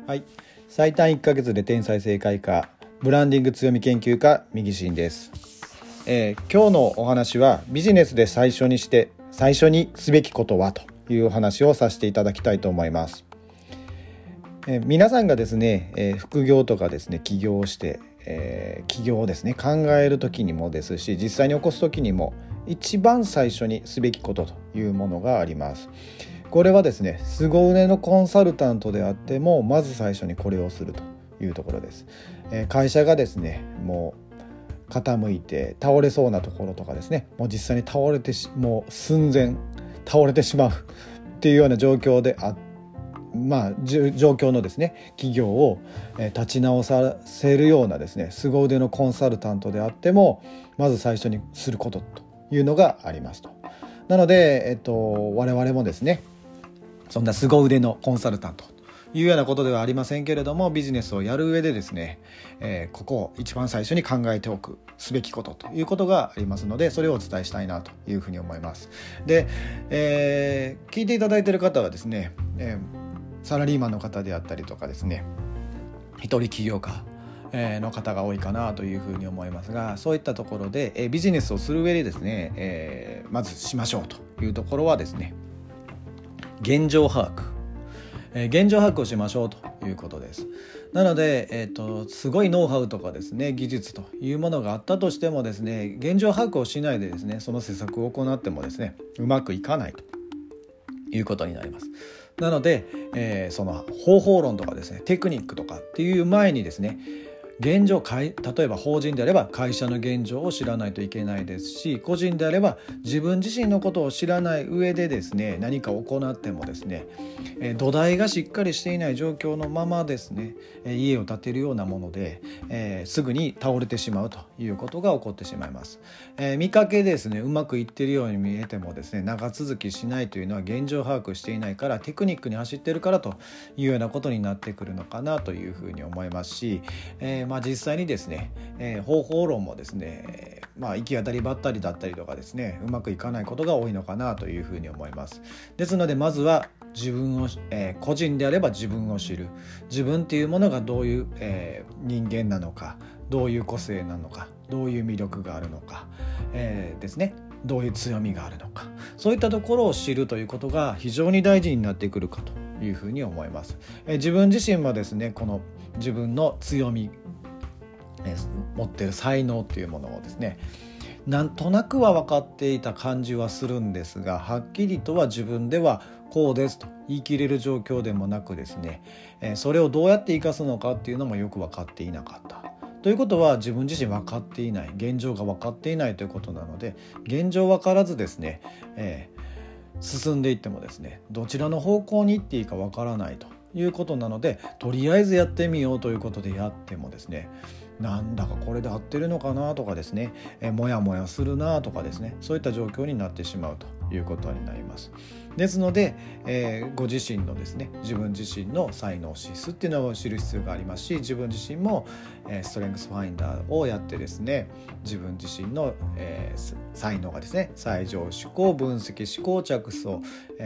はい、最短1ヶ月で天才正解家、ブランディング強み研究家右進です。今日のお話はビジネスで最初にすべきことはというお話をさせていただきたいと思います。皆さんがですね、副業とかですね起業をして、起業をですね考える時にもですし、実際に起こす時にも一番最初にすべきことというものがあります。これはですね、凄腕のコンサルタントであってもまず最初にこれをするというところです。会社がですねもう傾いて倒れそうなところとかですね、もう実際にもう寸前倒れてしまうっていうような状況で状況のですね企業を立ち直させるようなですね凄腕のコンサルタントであってもまず最初にすることというのがありますと。なので、我々もですねそんな凄腕のコンサルタントというようなことではありませんけれども、ビジネスをやる上でですね、ここを一番最初に考えておくすべきことということがありますので、それをお伝えしたいなというふうに思います。で、聞いていただいている方はですね、サラリーマンの方であったりとかですね、一人起業家の方が多いかなというふうに思いますが、そういったところでビジネスをする上でですね、まずしましょうというところはですね、現状把握をしましょうということです。なので、すごいノウハウとかですね技術というものがあったとしてもですね、現状把握をしないでですねその施策を行ってもですねうまくいかないということになります。なので、その方法論とかですねテクニックとかっていう前にですね、例えば法人であれば会社の現状を知らないといけないですし、個人であれば自分自身のことを知らない上でですね何か行ってもですね、土台がしっかりしていない状況のままですね家を建てるようなもので、すぐに倒れてしまうということが起こってしまいます。見かけですねうまくいってるように見えてもですね長続きしないというのは現状把握していないから、テクニックに走ってるからというようなことになってくるのかなというふうに思いますし、実際にですね、方法論もですね、行き当たりばったりだったりとかですねうまくいかないことが多いのかなというふうに思います。ですのでまずは自分を、個人であれば自分を知る、自分っていうものがどういう、人間なのか、どういう個性なのか、どういう魅力があるのか、ですねどういう強みがあるのか、そういったところを知るということが非常に大事になってくるかというふうに思います。自分自身もですねこの自分の強み、持っている才能というものをですねなんとなくは分かっていた感じはするんですが、はっきりとは自分ではこうですと言い切れる状況でもなくですね、それをどうやって生かすのかっていうのもよく分かっていなかったということは、自分自身分かっていない、現状が分かっていないということなので、現状分からずですね、進んでいってもですねどちらの方向に行っていいか分からないということなので、とりあえずやってみようということでやってもですね、なんだかこれで合ってるのかなとかですね、もやもやするなとかですね、そういった状況になってしまうということになります。ですので、ご自身のですね自分自身の才能指数っていうのを知る必要がありますし、自分自身も、ストレングスファインダーをやってですね自分自身の、才能がですね最上思考、分析思考、着想、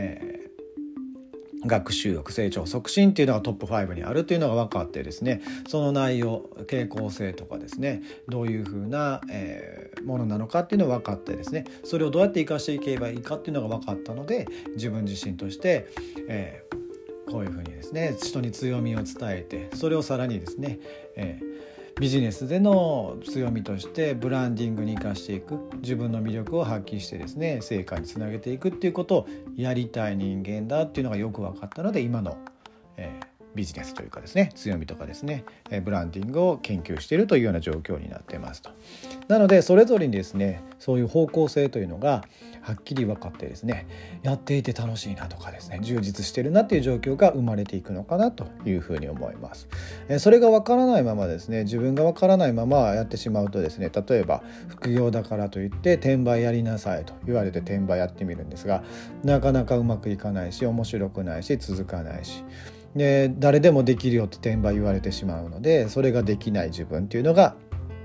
学習力、成長促進っていうのがトップ5にあるというのが分かってですね、その内容、傾向性とかですねどういうふうな、ものなのかっていうのが分かってですね、それをどうやって生かしていけばいいかっていうのが分かったので、自分自身として、こういうふうにですね人に強みを伝えて、それをさらにですね、ビジネスでの強みとしてブランディングに生かしていく、自分の魅力を発揮してですね成果につなげていくっていうことをやりたい人間だっていうのがよく分かったので、今の、ビジネスというかですね強みとかですね、ブランディングを研究しているというような状況になっていますと。なのでそれぞれにですねそういう方向性というのがはっきり分かってですね、やっていて楽しいなとかですね充実してるなっていう状況が生まれていくのかなというふうに思います。それが分からないままですね、自分が分からないままやってしまうとですね、例えば副業だからといって転売やりなさいと言われて転売やってみるんですが、なかなかうまくいかないし、面白くないし、続かないし、で誰でもできるよって転売言われてしまうので、それができない自分っていうのが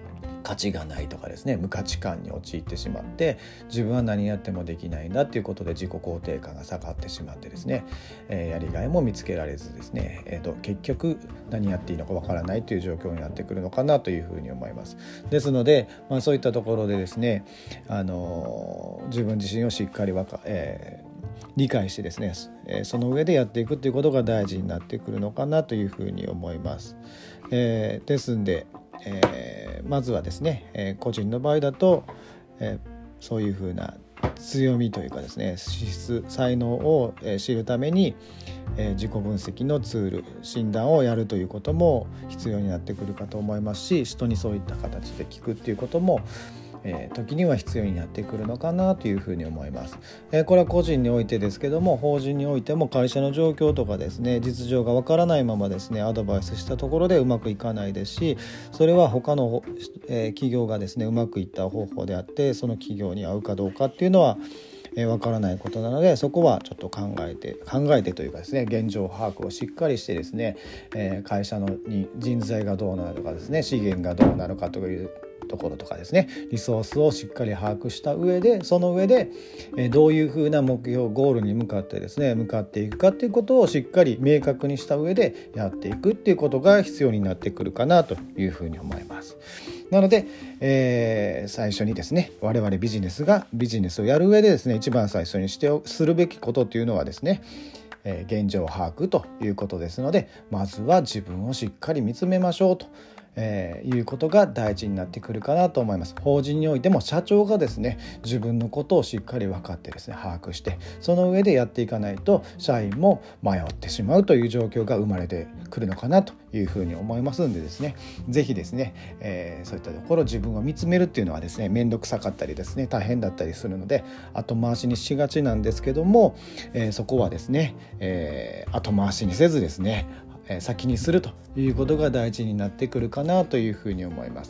価値がないとかですね、無価値観に陥ってしまって、自分は何やってもできないんだっていうことで自己肯定感が下がってしまってですね、やりがいも見つけられずですね、結局何やっていいのかわからないという状況になってくるのかなというふうに思います。ですので、そういったところでですね、自分自身をしっかり理解してですね、その上でやっていくということが大事になってくるのかなというふうに思います。ですんで、まずはですね、個人の場合だと、そういうふうな強みというかですね、資質才能を知るために、自己分析のツール診断をやるということも必要になってくるかと思いますし、人にそういった形で聞くっていうことも時には必要になってくるのかなというふうに思います。これは個人においてですけども、法人においても会社の状況とかですね、実情がわからないままですねアドバイスしたところでうまくいかないですし、それは他の、企業がですねうまくいった方法であって、その企業に合うかどうかっていうのはわからないことなので、そこはちょっと考えてというかですね、現状把握をしっかりしてですね、会社に人材がどうなるかですね、資源がどうなるかというところとかですね、リソースをしっかり把握した上で、その上でどういうふうな目標ゴールに向かってですね向かっていくかっていうことをしっかり明確にした上でやっていくっていうことが必要になってくるかなというふうに思います。なので、最初にですね、我々ビジネスをやる上でですね、一番最初にするべきことというのはですね、現状把握ということですので、まずは自分をしっかり見つめましょうということが大事になってくるかなと思います。法人においても社長がですね自分のことをしっかり分かってですね把握して、その上でやっていかないと社員も迷ってしまうという状況が生まれてくるのかなというふうに思いますんでですね、ぜひですね、そういったところ自分を見つめるっていうのはですね、面倒くさかったりですね大変だったりするので後回しにしがちなんですけども、そこはですね、後回しにせずですね先にするということが大事になってくるかなというふうに思います。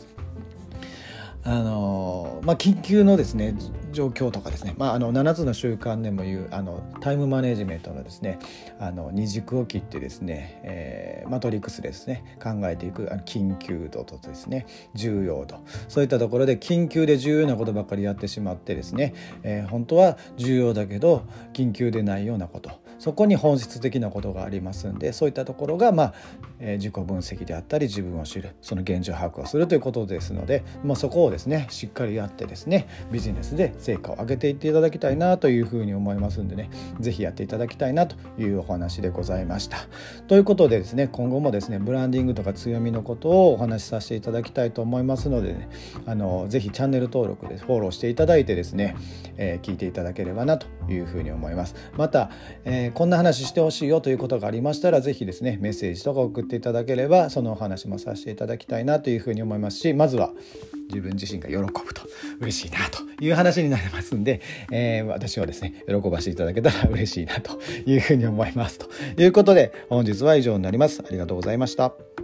緊急のですね状況とかですね、7つの習慣でもいうタイムマネジメントのですね二軸を切ってですね、マトリックスですね考えていく緊急度とですね重要度、そういったところで緊急で重要なことばっかりやってしまってですね、本当は重要だけど緊急でないようなこと、そこに本質的なことがありますんで、そういったところが、自己分析であったり自分を知る、その現状把握をするということですので、そこをですねしっかりやってですねビジネスで成果を上げていっていただきたいなというふうに思いますんでね、ぜひやっていただきたいなというお話でございました。ということでですね、今後もですねブランディングとか強みのことをお話しさせていただきたいと思いますのでね、ぜひチャンネル登録でフォローしていただいてですね、聞いていただければなというふうに思います。また、こんな話してほしいよということがありましたら、ぜひですねメッセージとか送っていただければそのお話もさせていただきたいなというふうに思いますし、まずは自分自身が喜ぶと嬉しいなという話になりますんで、私をですね喜ばせていただけたら嬉しいなというふうに思いますということで、本日は以上になります。ありがとうございました。